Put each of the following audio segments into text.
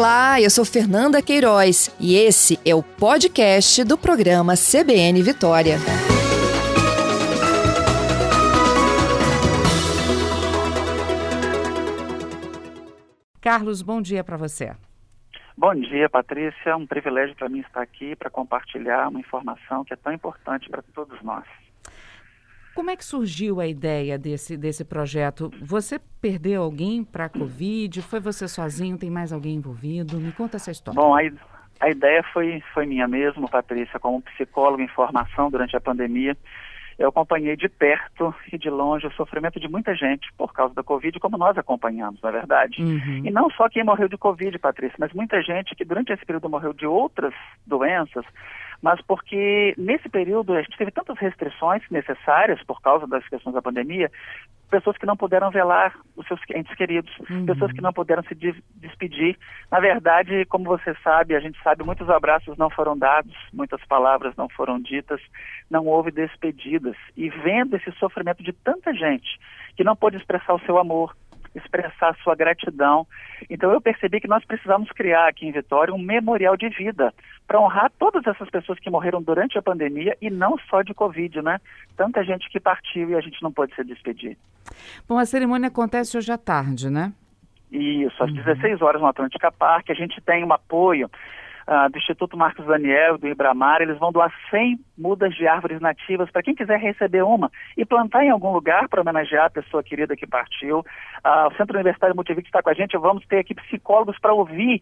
Olá, eu sou Fernanda Queiroz e esse é o podcast do programa CBN Vitória. Carlos, bom dia para você. Bom dia, Patrícia. É um privilégio para mim estar aqui para compartilhar uma informação que é tão importante para todos nós. Como é que surgiu a ideia desse projeto? Você perdeu alguém para a Covid? Foi você sozinho? Tem mais alguém envolvido? Me conta essa história. Bom, a ideia foi minha mesmo, Patrícia, como psicólogo em formação durante a pandemia. Eu acompanhei de perto e de longe o sofrimento de muita gente por causa da Covid, como nós acompanhamos, não é verdade? E não só quem morreu de Covid, Patrícia, mas muita gente que durante esse período morreu de outras doenças, mas porque nesse período a gente teve tantas restrições necessárias por causa das questões da pandemia, pessoas que não puderam velar os seus entes queridos, pessoas que não puderam se despedir. Na verdade, como você sabe, a gente sabe, muitos abraços não foram dados, muitas palavras não foram ditas, não houve despedidas. E vendo esse sofrimento de tanta gente que não pôde expressar o seu amor, expressar a sua gratidão, então eu percebi que nós precisamos criar aqui em Vitória um memorial de vida para honrar todas essas pessoas que morreram durante a pandemia e não só de Covid, né? Tanta gente que partiu e a gente não pôde se despedir. Bom, a cerimônia acontece hoje à tarde, né? Isso, às 16 horas no Atlântica Park. A gente tem um apoio do Instituto Marcos Daniel, do Ibramar. Eles vão doar 100 mudas de árvores nativas para quem quiser receber uma e plantar em algum lugar para homenagear a pessoa querida que partiu. O Centro Universitário Multivic está com a gente. Vamos ter aqui psicólogos para ouvir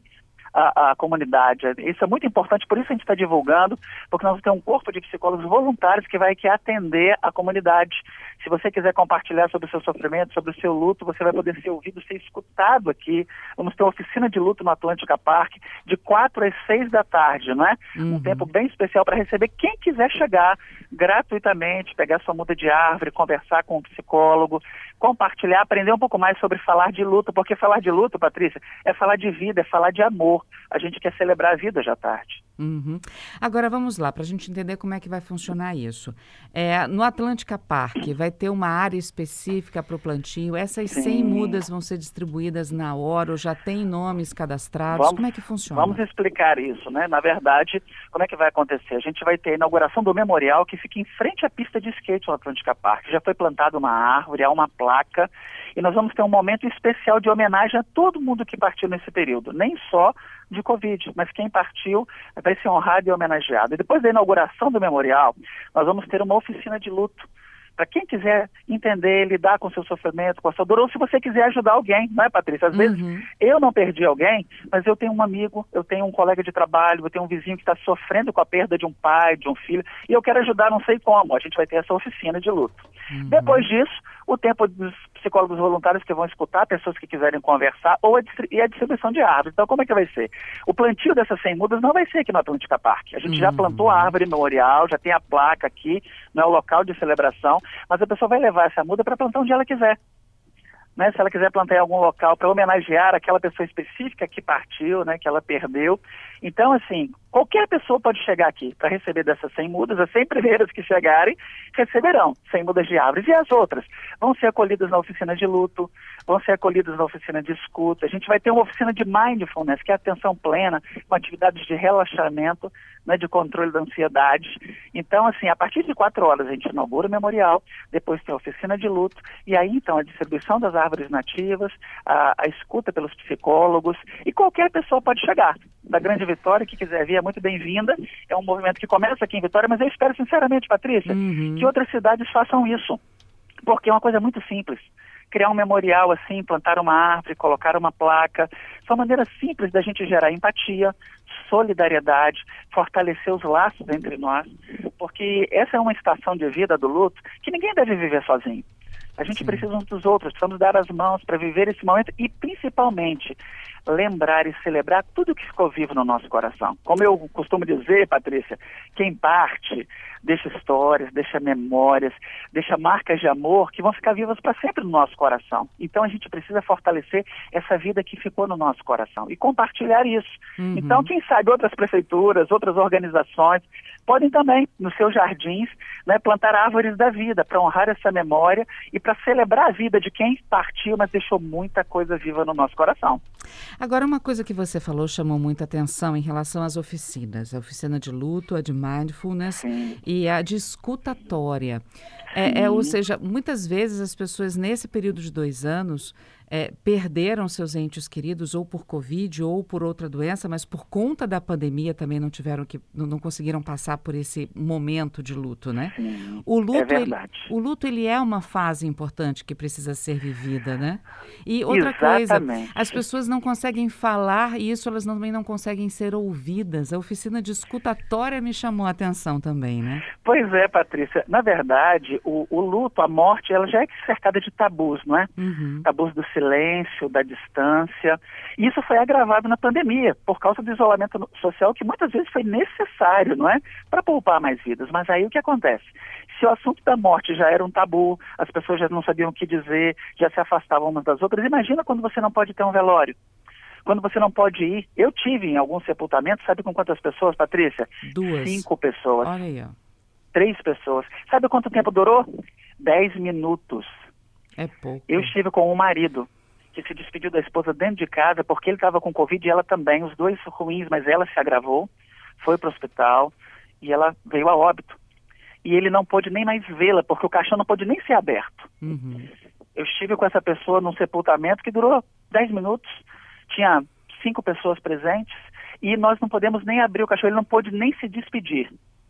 a comunidade. Isso é muito importante, por isso a gente está divulgando, porque nós temos um corpo de psicólogos voluntários que vai aqui atender a comunidade. Se você quiser compartilhar sobre o seu sofrimento, sobre o seu luto, você vai poder ser ouvido, ser escutado aqui. Vamos ter uma oficina de luto no Atlântica Park, de 4 às 6 da tarde, não é? Um tempo bem especial para receber quem quiser chegar gratuitamente, pegar sua muda de árvore, conversar com um psicólogo, compartilhar, aprender um pouco mais sobre falar de luto, porque falar de luto, Patrícia, é falar de vida, é falar de amor. A gente quer celebrar a vida já tarde. Agora vamos lá, para a gente entender como é que vai funcionar isso. No Atlântica Park vai ter uma área específica para o plantio. Essas 100 mudas vão ser distribuídas na hora ou já tem nomes cadastrados? Como é que funciona? Vamos explicar isso, né? Na verdade, como é que vai acontecer? A gente vai ter a inauguração do memorial que fica em frente à pista de skate no Atlântica Park. Já foi plantada uma árvore, há uma placa e nós vamos ter um momento especial de homenagem a todo mundo que partiu nesse período. Nem só de Covid, mas quem partiu vai ser honrado e homenageado. E depois da inauguração do memorial, nós vamos ter uma oficina de luto. Para quem quiser entender, lidar com o seu sofrimento, com a sua dor, ou se você quiser ajudar alguém, não é, Patrícia? Às vezes eu não perdi alguém, mas eu tenho um amigo, eu tenho um colega de trabalho, eu tenho um vizinho que está sofrendo com a perda de um pai, de um filho, e eu quero ajudar, não sei como. A gente vai ter essa oficina de luto. Depois disso, o tempo dos psicólogos voluntários que vão escutar, pessoas que quiserem conversar, e a distribuição de árvores. Então, como é que vai ser? O plantio dessas 100 mudas não vai ser aqui no Atlântica Park. A gente já plantou a árvore memorial, já tem a placa aqui, não é o local de celebração, mas a pessoa vai levar essa muda para plantar onde ela quiser. Né, se ela quiser plantar em algum local para homenagear aquela pessoa específica que partiu, né, que ela perdeu. Então, assim, qualquer pessoa pode chegar aqui para receber dessas 100 mudas. As 100 primeiras que chegarem receberão 100 mudas de árvores. E as outras vão ser acolhidas na oficina de luto, vão ser acolhidas na oficina de escuta. A gente vai ter uma oficina de mindfulness, que é atenção plena, com atividades de relaxamento, né, de controle da ansiedade. Então, assim, a partir de 4 horas a gente inaugura o memorial, depois tem a oficina de luto, e aí, então, a distribuição das árvores nativas, a escuta pelos psicólogos, e qualquer pessoa pode chegar. Da Grande Vitória, que quiser vir, é muito bem-vinda. É um movimento que começa aqui em Vitória, mas eu espero sinceramente, Patrícia, que outras cidades façam isso, porque é uma coisa muito simples. Criar um memorial assim, plantar uma árvore, colocar uma placa, são maneiras simples da gente gerar empatia, solidariedade, fortalecer os laços entre nós, porque essa é uma estação de vida do luto que ninguém deve viver sozinho. A gente precisa uns dos outros, precisamos dar as mãos para viver esse momento e, principalmente, lembrar e celebrar tudo que ficou vivo no nosso coração. Como eu costumo dizer, Patrícia, quem parte deixa histórias, deixa memórias, deixa marcas de amor que vão ficar vivas para sempre no nosso coração. Então a gente precisa fortalecer essa vida que ficou no nosso coração e compartilhar isso. Então, quem sabe outras prefeituras, outras organizações podem também, nos seus jardins, né, plantar árvores da vida para honrar essa memória e para celebrar a vida de quem partiu, mas deixou muita coisa viva no nosso coração. Agora, uma coisa que você falou chamou muita atenção em relação às oficinas. A oficina de luto, a de mindfulness Sim. e a de escutatória. Ou seja, muitas vezes as pessoas nesse período de 2 anos perderam seus entes queridos ou por Covid ou por outra doença, mas por conta da pandemia também não conseguiram passar por esse momento de luto, né? Sim, O luto, é verdade. O luto, ele é uma fase importante que precisa ser vivida, né? E outra coisa, Exatamente. as pessoas não conseguem falar e isso elas também não conseguem ser ouvidas. A oficina de escutatória me chamou a atenção também, né? Pois é, Patrícia. Na verdade, o luto, a morte, ela já é cercada de tabus, não é? Uhum. Tabus do silêncio, da distância. E isso foi agravado na pandemia, por causa do isolamento social, que muitas vezes foi necessário, não é? Para poupar mais vidas. Mas aí o que acontece? Se o assunto da morte já era um tabu, as pessoas já não sabiam o que dizer, já se afastavam umas das outras, imagina quando você não pode ter um velório. Quando você não pode ir. Eu tive em alguns sepultamentos, sabe com quantas pessoas, Patrícia? 2. 5 pessoas. Olha aí, ó. 3 pessoas. Sabe quanto tempo durou? 10 minutos. É pouco. Eu estive com um marido que se despediu da esposa dentro de casa porque ele estava com Covid e ela também. Os dois ruins, mas ela se agravou, foi para o hospital e ela veio a óbito. E ele não pôde nem mais vê-la porque o caixão não pôde nem ser aberto. Uhum. Eu estive com essa pessoa num sepultamento que durou 10 minutos. Tinha 5 pessoas presentes e nós não podemos nem abrir o caixão. Ele não pôde nem se despedir.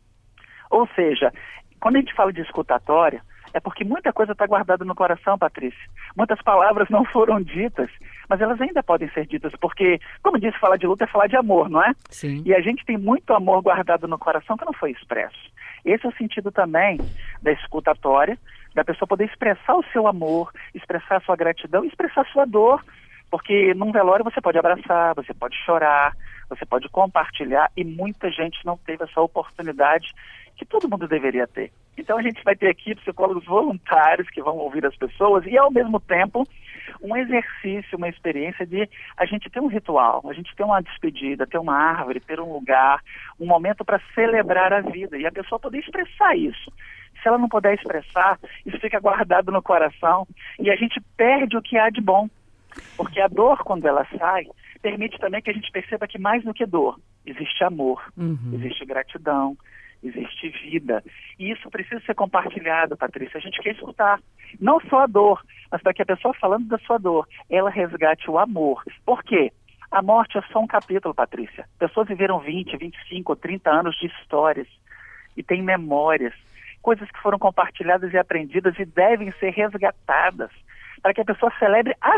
Ou seja, quando a gente fala de escutatória, é porque muita coisa está guardada no coração, Patrícia. Muitas palavras não foram ditas, mas elas ainda podem ser ditas, porque, como disse, falar de luta é falar de amor, não é? Sim. E a gente tem muito amor guardado no coração que não foi expresso. Esse é o sentido também da escutatória, da pessoa poder expressar o seu amor, expressar a sua gratidão, expressar a sua dor, porque num velório você pode abraçar, você pode chorar, você pode compartilhar, e muita gente não teve essa oportunidade que todo mundo deveria ter. Então a gente vai ter aqui psicólogos voluntários que vão ouvir as pessoas e, ao mesmo tempo, um exercício, uma experiência de a gente ter um ritual, a gente ter uma despedida, ter uma árvore, ter um lugar, um momento para celebrar a vida e a pessoa poder expressar isso. Se ela não puder expressar, isso fica guardado no coração e a gente perde o que há de bom. Porque a dor, quando ela sai, permite também que a gente perceba que mais do que dor, existe amor, existe gratidão, existe vida. E isso precisa ser compartilhado, Patrícia. A gente quer escutar não só a dor, mas para que a pessoa falando da sua dor, ela resgate o amor. Por quê? A morte é só um capítulo, Patrícia. Pessoas viveram 20, 25, 30 anos de histórias e têm memórias, coisas que foram compartilhadas e aprendidas e devem ser resgatadas para que a pessoa celebre a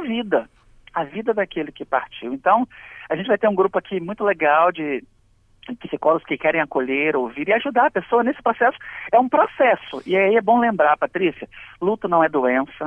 vida daquele que partiu. Então, a gente vai ter um grupo aqui muito legal de psicólogos que querem acolher, ouvir e ajudar a pessoa nesse processo. É um processo. E aí é bom lembrar, Patrícia, luto não é doença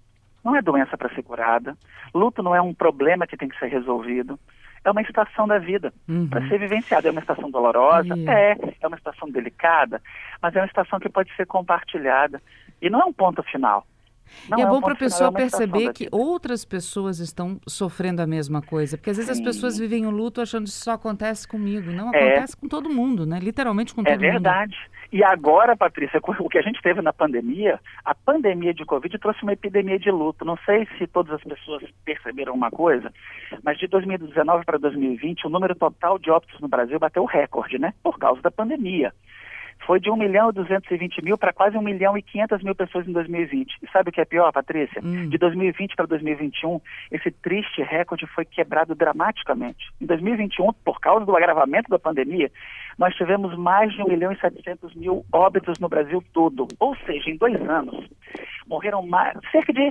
para ser curada, luto não é um problema que tem que ser resolvido, é uma estação da vida para ser vivenciada. É uma estação dolorosa, é uma estação delicada, mas é uma estação que pode ser compartilhada. E não é um ponto final. Não, e é bom para a pessoa perceber que outras pessoas estão sofrendo a mesma coisa. Porque às vezes as pessoas vivem o luto achando que isso só acontece comigo. Não, acontece com todo mundo, né? Literalmente com todo mundo. É verdade. E agora, Patrícia, o que a gente teve na pandemia, a pandemia de Covid trouxe uma epidemia de luto. Não sei se todas as pessoas perceberam uma coisa, mas de 2019 para 2020, o número total de óbitos no Brasil bateu o recorde, né? Por causa da pandemia. Foi de 1.220.000 para quase 1.500.000 pessoas em 2020. E sabe o que é pior, Patrícia? De 2020 para 2021, esse triste recorde foi quebrado dramaticamente. Em 2021, por causa do agravamento da pandemia, nós tivemos mais de 1.700.000 óbitos no Brasil todo. Ou seja, em 2 anos, morreram cerca de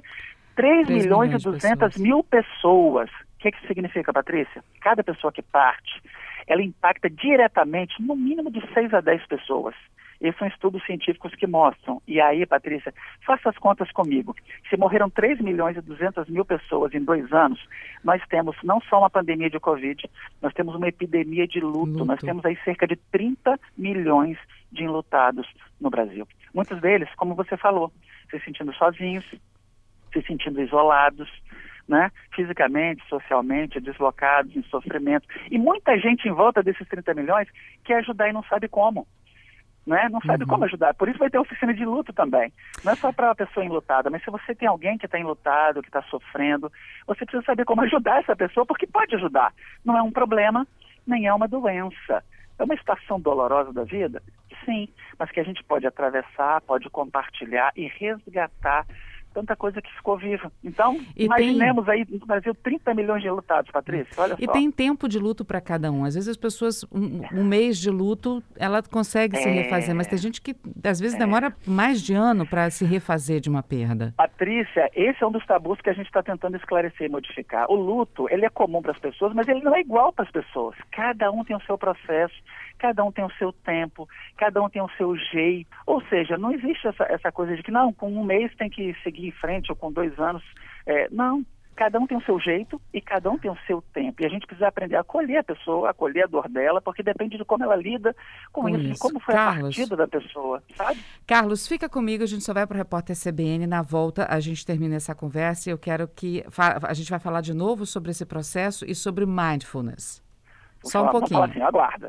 3.200.000 pessoas. O que isso significa, Patrícia? Cada pessoa que parte, ela impacta diretamente, no mínimo de 6 a 10 pessoas. Esses são estudos científicos que mostram. E aí, Patrícia, faça as contas comigo. Se morreram 3.200.000 pessoas em 2 anos, nós temos não só uma pandemia de Covid, nós temos uma epidemia de luto. Nós temos aí cerca de 30 milhões de enlutados no Brasil. Muitos deles, como você falou, se sentindo sozinhos, se sentindo isolados, né? Fisicamente, socialmente, deslocados, em sofrimento. E muita gente em volta desses 30 milhões quer ajudar e não sabe como. né? Não sabe como ajudar. Por isso vai ter oficina de luto também. Não é só para a pessoa enlutada, mas se você tem alguém que está enlutado, que está sofrendo, você precisa saber como ajudar essa pessoa, porque pode ajudar. Não é um problema, nem é uma doença. É uma situação dolorosa da vida? Sim, mas que a gente pode atravessar, pode compartilhar e resgatar tanta coisa que ficou viva. Então, imaginemos aí no Brasil 30 milhões de lutados, Patrícia, olha só. E tem tempo de luto para cada um. Às vezes as pessoas, um mês de luto, ela consegue se refazer, mas tem gente que às vezes demora mais de ano para se refazer de uma perda. Patrícia, esse é um dos tabus que a gente está tentando esclarecer e modificar. O luto, ele é comum para as pessoas, mas ele não é igual para as pessoas. Cada um tem o seu processo, cada um tem o seu tempo, cada um tem o seu jeito. Ou seja, não existe essa coisa de que não, com um mês tem que seguir em frente, ou com 2 anos. Não, cada um tem o seu jeito e cada um tem o seu tempo. E a gente precisa aprender a acolher a pessoa, acolher a dor dela, porque depende de como ela lida com isso, de como foi a partida da pessoa, sabe? Carlos, fica comigo, a gente só vai para o Repórter CBN. Na volta, a gente termina essa conversa e eu quero que a gente vai falar de novo sobre esse processo e sobre mindfulness. Só um pouquinho. Vamos falar assim, aguarda.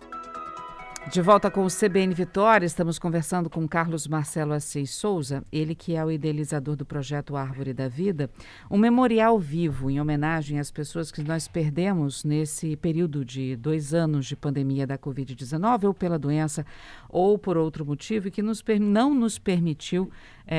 De volta com o CBN Vitória, estamos conversando com Carlos Marcelo Assis Souza, ele que é o idealizador do projeto Árvore da Vida, um memorial vivo em homenagem às pessoas que nós perdemos nesse período de 2 anos de pandemia da Covid-19, ou pela doença, ou por outro motivo, e que não nos permitiu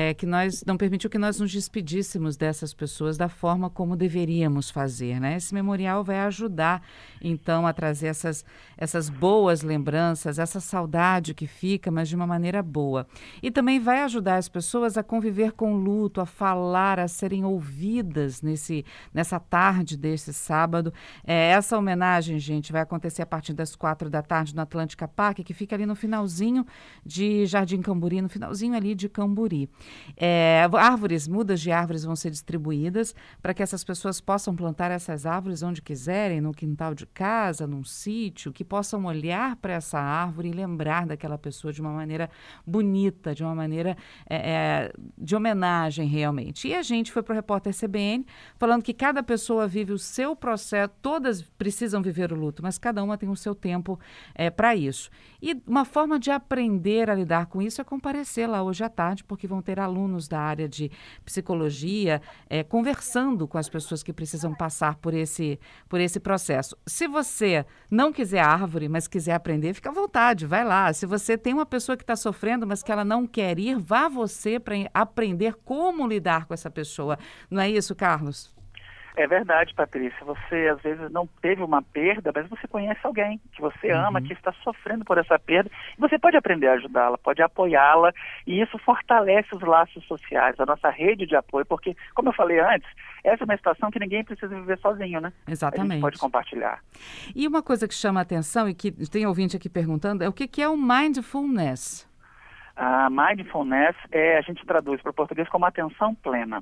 que nós nos despedíssemos dessas pessoas da forma como deveríamos fazer, né? Esse memorial vai ajudar, então, a trazer essas boas lembranças, essa saudade que fica, mas de uma maneira boa. E também vai ajudar as pessoas a conviver com o luto, a falar, a serem ouvidas nessa tarde desse sábado. Essa homenagem, gente, vai acontecer a partir das 4 da tarde no Atlântica Park, que fica ali no finalzinho de Jardim Camburi, no finalzinho ali de Camburi. Mudas de árvores vão ser distribuídas para que essas pessoas possam plantar essas árvores onde quiserem, no quintal de casa, num sítio, que possam olhar para essa árvore e lembrar daquela pessoa de uma maneira bonita, de uma maneira de homenagem realmente. E a gente foi para o Repórter CBN falando que cada pessoa vive o seu processo, todas precisam viver o luto, mas cada uma tem o seu tempo para isso. E uma forma de aprender a lidar com isso é comparecer lá hoje à tarde, porque vão ter alunos da área de psicologia conversando com as pessoas que precisam passar por esse processo. Se você não quiser árvore, mas quiser aprender, fica à vontade, vai lá. Se você tem uma pessoa que está sofrendo, mas que ela não quer ir, vá você para aprender como lidar com essa pessoa. Não é isso, Carlos? É verdade, Patrícia. Você, às vezes, não teve uma perda, mas você conhece alguém que você ama, que está sofrendo por essa perda. E você pode aprender a ajudá-la, pode apoiá-la, e isso fortalece os laços sociais, a nossa rede de apoio, porque, como eu falei antes, essa é uma situação que ninguém precisa viver sozinho, né? Exatamente. A gente pode compartilhar. E uma coisa que chama a atenção, e que tem ouvinte aqui perguntando, é o que é o mindfulness? A mindfulness a gente traduz para o português como atenção plena.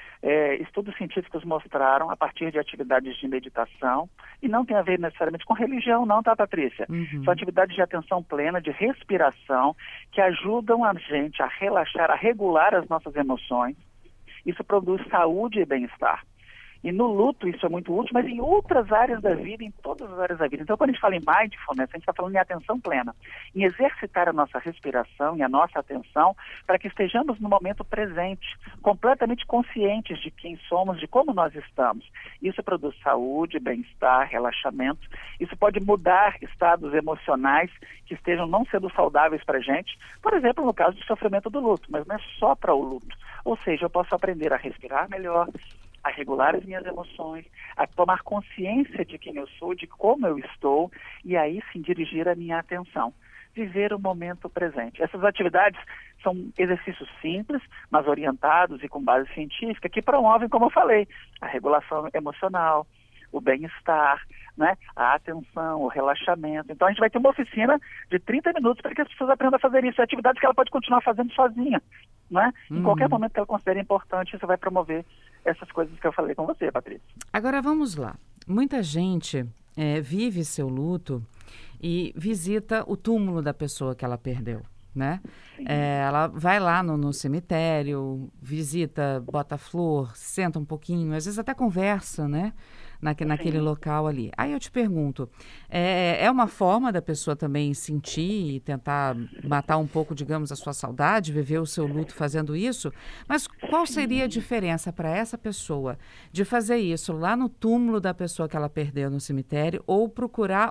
Estudos científicos mostraram, a partir de atividades de meditação, e não tem a ver necessariamente com religião não, tá, Patrícia? São atividades de atenção plena, de respiração, que ajudam a gente a relaxar, a regular as nossas emoções. Isso produz saúde e bem-estar. E no luto isso é muito útil, mas em outras áreas da vida, em todas as áreas da vida. Então, quando a gente fala em mindfulness, a gente está falando em atenção plena, em exercitar a nossa respiração e a nossa atenção para que estejamos no momento presente, completamente conscientes de quem somos, de como nós estamos. Isso produz saúde, bem-estar, relaxamento. Isso pode mudar estados emocionais que estejam não sendo saudáveis para a gente. Por exemplo, no caso do sofrimento do luto, mas não é só para o luto. Ou seja, eu posso aprender a respirar melhor, a regular as minhas emoções, a tomar consciência de quem eu sou, de como eu estou, e aí sim dirigir a minha atenção. Viver o momento presente. Essas atividades são exercícios simples, mas orientados e com base científica, que promovem, como eu falei, a regulação emocional, o bem-estar, né? A atenção, o relaxamento. Então a gente vai ter uma oficina de 30 minutos para que as pessoas aprendam a fazer isso. É atividades que ela pode continuar fazendo sozinha, né? Em qualquer momento que ela considere importante, isso vai promover essas coisas que eu falei com você, Patrícia. Agora vamos lá. Muita gente vive seu luto e visita o túmulo da pessoa que ela perdeu, né? Ela vai lá no cemitério, visita, bota flor, senta um pouquinho, às vezes até conversa, né? naquele local ali. Aí eu te pergunto, é uma forma da pessoa também sentir e tentar matar um pouco, digamos, a sua saudade, viver o seu luto fazendo isso? Mas qual seria a diferença para essa pessoa de fazer isso lá no túmulo da pessoa que ela perdeu no cemitério ou procurar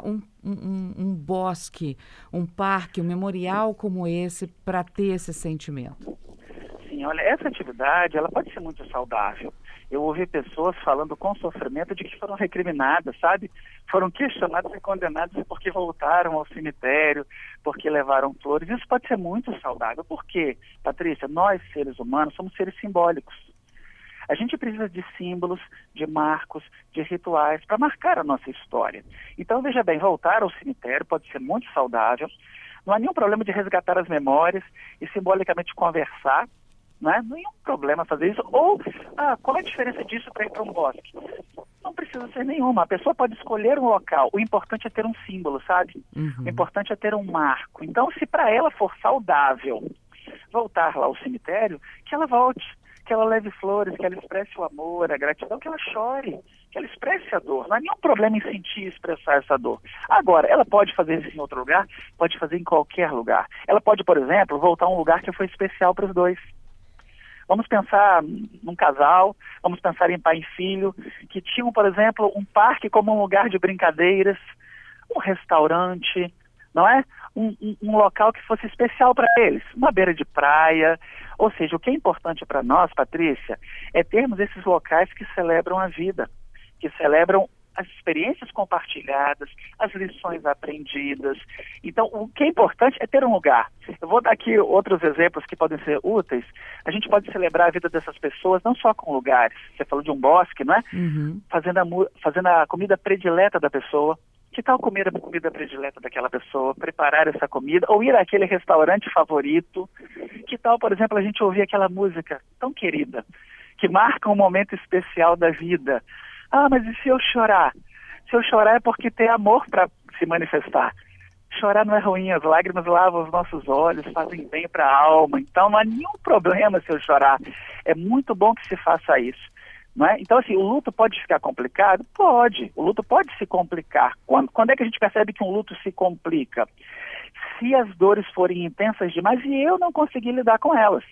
um bosque, um parque, um memorial como esse para ter esse sentimento? Sim, olha, essa atividade, ela pode ser muito saudável. Eu ouvi pessoas falando com sofrimento de que foram recriminadas, sabe? Foram questionadas e condenadas porque voltaram ao cemitério, porque levaram flores. Isso pode ser muito saudável. Por quê, Patrícia? Nós, seres humanos, somos seres simbólicos. A gente precisa de símbolos, de marcos, de rituais para marcar a nossa história. Então, veja bem, voltar ao cemitério pode ser muito saudável. Não há nenhum problema de resgatar as memórias e simbolicamente conversar. Não é nenhum problema fazer isso. Ou, qual é a diferença disso para ir para um bosque? Não precisa ser nenhuma. A pessoa pode escolher um local. O importante é ter um símbolo, sabe? O importante é ter um marco. Então, se para ela for saudável voltar lá ao cemitério, que ela volte, que ela leve flores, que ela expresse o amor, a gratidão, que ela chore, que ela expresse a dor. Não há nenhum problema em sentir e expressar essa dor. Agora, ela pode fazer isso em outro lugar? Pode fazer em qualquer lugar. Ela pode, por exemplo, voltar a um lugar que foi especial para os dois. Vamos pensar num casal, vamos pensar em pai e filho, que tinham, por exemplo, um parque como um lugar de brincadeiras, um restaurante, não é? Um local que fosse especial para eles, uma beira de praia. Ou seja, o que é importante para nós, Patrícia, é termos esses locais que celebram a vida, que celebram as experiências compartilhadas, as lições aprendidas. Então, o que é importante é ter um lugar. Eu vou dar aqui outros exemplos que podem ser úteis. A gente pode celebrar a vida dessas pessoas não só com lugares. Você falou de um bosque, não é? Fazendo a comida predileta da pessoa. Que tal comer a comida predileta daquela pessoa, preparar essa comida, ou ir àquele restaurante favorito? Que tal, por exemplo, a gente ouvir aquela música tão querida, que marca um momento especial da vida? Mas e se eu chorar? Se eu chorar é porque tem amor para se manifestar. Chorar não é ruim, as lágrimas lavam os nossos olhos, fazem bem para a alma. Então não há nenhum problema se eu chorar. É muito bom que se faça isso. Não é? Então, assim, o luto pode ficar complicado? Pode. O luto pode se complicar. Quando é que a gente percebe que um luto se complica? Se as dores forem intensas demais e eu não conseguir lidar com elas.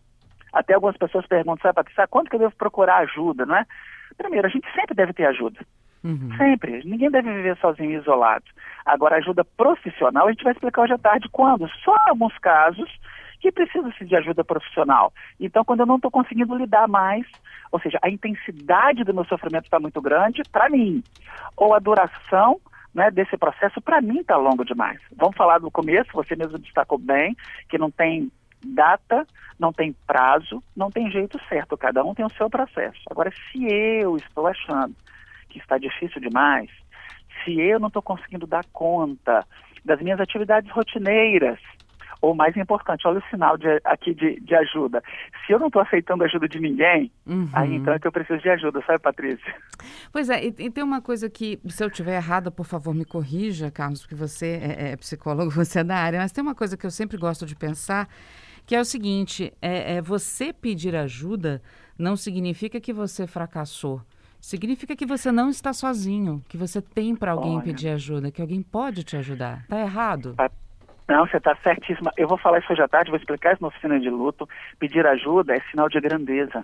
Até algumas pessoas perguntam, sabe, Patrícia, quando que eu devo procurar ajuda, não é? Primeiro, a gente sempre deve ter ajuda. Sempre. Ninguém deve viver sozinho e isolado. Agora, ajuda profissional, a gente vai explicar hoje à tarde quando. Só em alguns casos que precisa-se de ajuda profissional. Então, quando eu não estou conseguindo lidar mais, ou seja, a intensidade do meu sofrimento está muito grande, para mim, ou a duração, né, desse processo, para mim, está longo demais. Vamos falar do começo, você mesmo destacou bem, que não tem data, não tem prazo, não tem jeito certo, cada um tem o seu processo. Agora, se eu estou achando que está difícil demais, se eu não estou conseguindo dar conta das minhas atividades rotineiras, ou mais importante, olha o sinal aqui de ajuda. Se eu não estou aceitando a ajuda de ninguém, aí então é que eu preciso de ajuda, sabe, Patrícia? Pois é, e tem uma coisa que, se eu estiver errada, por favor, me corrija, Carlos, porque você é psicólogo, você é da área, mas tem uma coisa que eu sempre gosto de pensar, que é o seguinte, você pedir ajuda não significa que você fracassou. Significa que você não está sozinho, que você tem para alguém pedir ajuda, que alguém pode te ajudar. Está errado? Não, você está certíssima. Eu vou falar isso hoje à tarde, vou explicar isso na oficina de luto. Pedir ajuda é sinal de grandeza,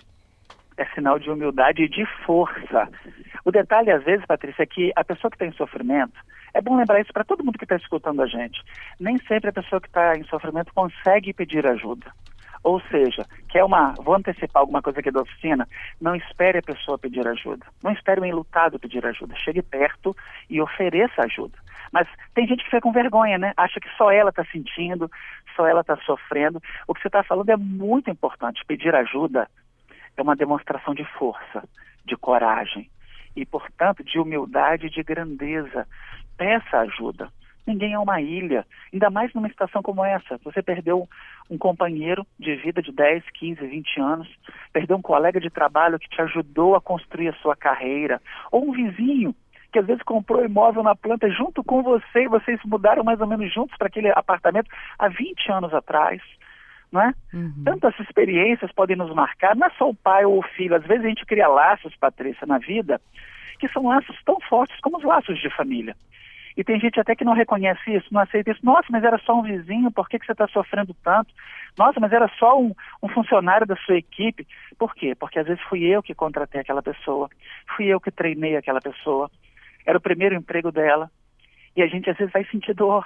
é sinal de humildade e de força. O detalhe, às vezes, Patrícia, é que a pessoa que está em sofrimento, é bom lembrar isso para todo mundo que está escutando a gente, nem sempre a pessoa que está em sofrimento consegue pedir ajuda. Ou seja, vou antecipar alguma coisa aqui da oficina, não espere a pessoa pedir ajuda. Não espere o enlutado pedir ajuda. Chegue perto e ofereça ajuda. Mas tem gente que fica com vergonha, né? Acha que só ela está sentindo, só ela está sofrendo. O que você está falando é muito importante. Pedir ajuda é uma demonstração de força, de coragem e, portanto, de humildade e de grandeza. Peça ajuda. Ninguém é uma ilha, ainda mais numa situação como essa. Você perdeu um companheiro de vida de 10, 15, 20 anos, perdeu um colega de trabalho que te ajudou a construir a sua carreira, ou um vizinho que às vezes comprou imóvel na planta junto com você e vocês mudaram mais ou menos juntos para aquele apartamento há 20 anos atrás. não é? Tantas experiências podem nos marcar, não é só o pai ou o filho. Às vezes a gente cria laços, Patrícia, na vida, que são laços tão fortes como os laços de família. E tem gente até que não reconhece isso, não aceita isso. Nossa, mas era só um vizinho, por que você está sofrendo tanto? Nossa, mas era só um funcionário da sua equipe. Por quê? Porque às vezes fui eu que contratei aquela pessoa, fui eu que treinei aquela pessoa, era o primeiro emprego dela. E a gente às vezes vai sentir dor,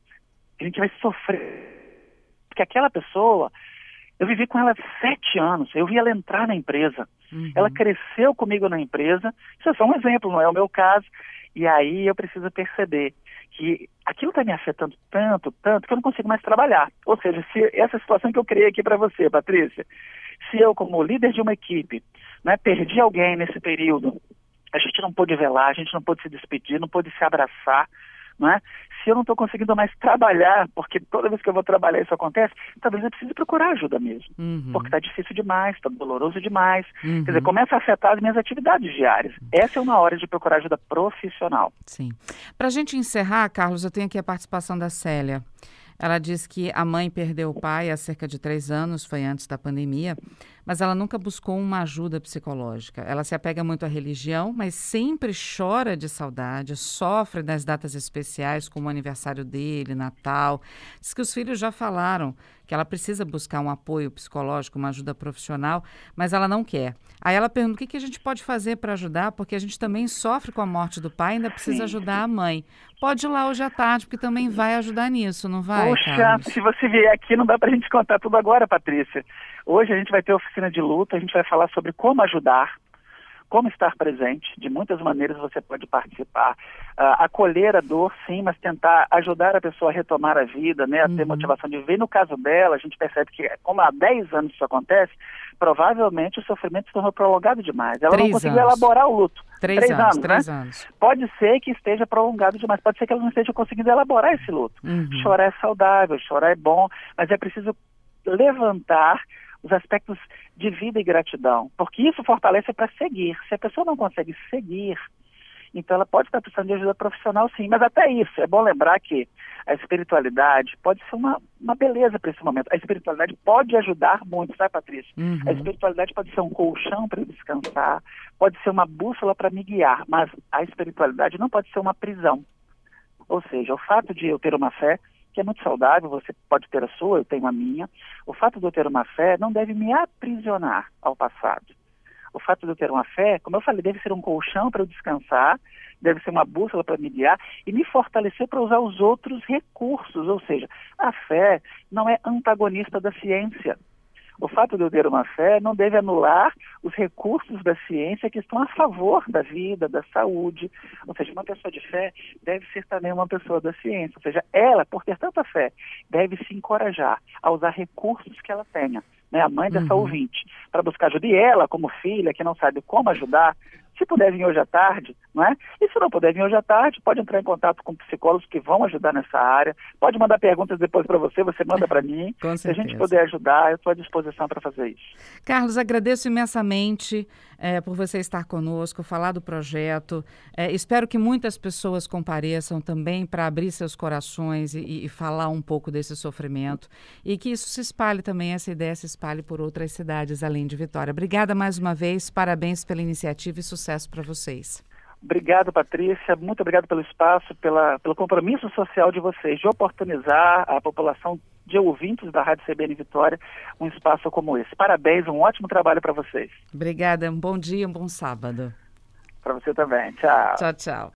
a gente vai sofrer. Porque aquela pessoa, eu vivi com ela 7 anos, eu vi ela entrar na empresa, ela cresceu comigo na empresa, isso é só um exemplo, não é o meu caso. E aí eu preciso perceber que aquilo está me afetando tanto, que eu não consigo mais trabalhar. Ou seja, se essa situação que eu criei aqui para você, Patrícia, se eu, como líder de uma equipe, né, perdi alguém nesse período, a gente não pôde velar, a gente não pôde se despedir, não pôde se abraçar, não é? Se eu não estou conseguindo mais trabalhar, porque toda vez que eu vou trabalhar isso acontece, talvez eu precise procurar ajuda mesmo. Porque está difícil demais, está doloroso demais. Quer dizer, começa a afetar as minhas atividades diárias. Essa é uma hora de procurar ajuda profissional. Sim. Para a gente encerrar, Carlos, eu tenho aqui a participação da Célia. Ela diz que a mãe perdeu o pai há cerca de 3 anos, foi antes da pandemia, mas ela nunca buscou uma ajuda psicológica. Ela se apega muito à religião, mas sempre chora de saudade, sofre nas datas especiais, como o aniversário dele, Natal. Diz que os filhos já falaram que ela precisa buscar um apoio psicológico, uma ajuda profissional, mas ela não quer. Aí ela pergunta o que a gente pode fazer para ajudar, porque a gente também sofre com a morte do pai e ainda precisa ajudar a mãe. Pode ir lá hoje à tarde, porque também vai ajudar nisso, não vai, Puxa, Carlos? se você vier aqui, não dá para a gente contar tudo agora, Patrícia. Hoje a gente vai ter oficina de luta, a gente vai falar sobre como ajudar, como estar presente. De muitas maneiras você pode participar. Acolher a dor, sim, mas tentar ajudar a pessoa a retomar a vida, né, a ter motivação de viver. No caso dela, a gente percebe que, como há 10 anos isso acontece, provavelmente o sofrimento se tornou prolongado demais. Ela não conseguiu elaborar o luto. 3 anos, né? 3 anos. Pode ser que esteja prolongado demais, pode ser que ela não esteja conseguindo elaborar esse luto. Chorar é saudável, chorar é bom, mas é preciso levantar os aspectos de vida e gratidão, porque isso fortalece para seguir. Se a pessoa não consegue seguir, então ela pode estar precisando de ajuda profissional, sim, mas até isso, é bom lembrar que a espiritualidade pode ser uma beleza para esse momento. A espiritualidade pode ajudar muito, sabe, Patrícia? A espiritualidade pode ser um colchão para eu descansar, pode ser uma bússola para me guiar, mas a espiritualidade não pode ser uma prisão. Ou seja, o fato de eu ter uma fé, que é muito saudável, você pode ter a sua, eu tenho a minha, o fato de eu ter uma fé não deve me aprisionar ao passado. O fato de eu ter uma fé, como eu falei, deve ser um colchão para eu descansar, deve ser uma bússola para me guiar e me fortalecer para usar os outros recursos. Ou seja, a fé não é antagonista da ciência. O fato de eu ter uma fé não deve anular os recursos da ciência que estão a favor da vida, da saúde. Ou seja, uma pessoa de fé deve ser também uma pessoa da ciência. Ou seja, ela, por ter tanta fé, deve se encorajar a usar recursos que ela tenha, né, a mãe dessa ouvinte, para buscar ajuda. E ela, como filha, que não sabe como ajudar, se puder vir hoje à tarde, não é? E se não puder vir hoje à tarde, pode entrar em contato com psicólogos que vão ajudar nessa área. Pode mandar perguntas depois para você manda para mim. Com certeza. Se a gente puder ajudar, eu estou à disposição para fazer isso. Carlos, agradeço imensamente por você estar conosco, falar do projeto. Espero que muitas pessoas compareçam também para abrir seus corações e falar um pouco desse sofrimento. E que isso se espalhe também, essa ideia se espalhe por outras cidades além de Vitória. Obrigada mais uma vez, parabéns pela iniciativa e sucesso para vocês. Obrigado, Patrícia. Muito obrigado pelo espaço, pelo compromisso social de vocês, de oportunizar a população de ouvintes da Rádio CBN Vitória um espaço como esse. Parabéns, um ótimo trabalho para vocês. Obrigada, um bom dia, um bom sábado. Para você também. Tchau. Tchau, tchau.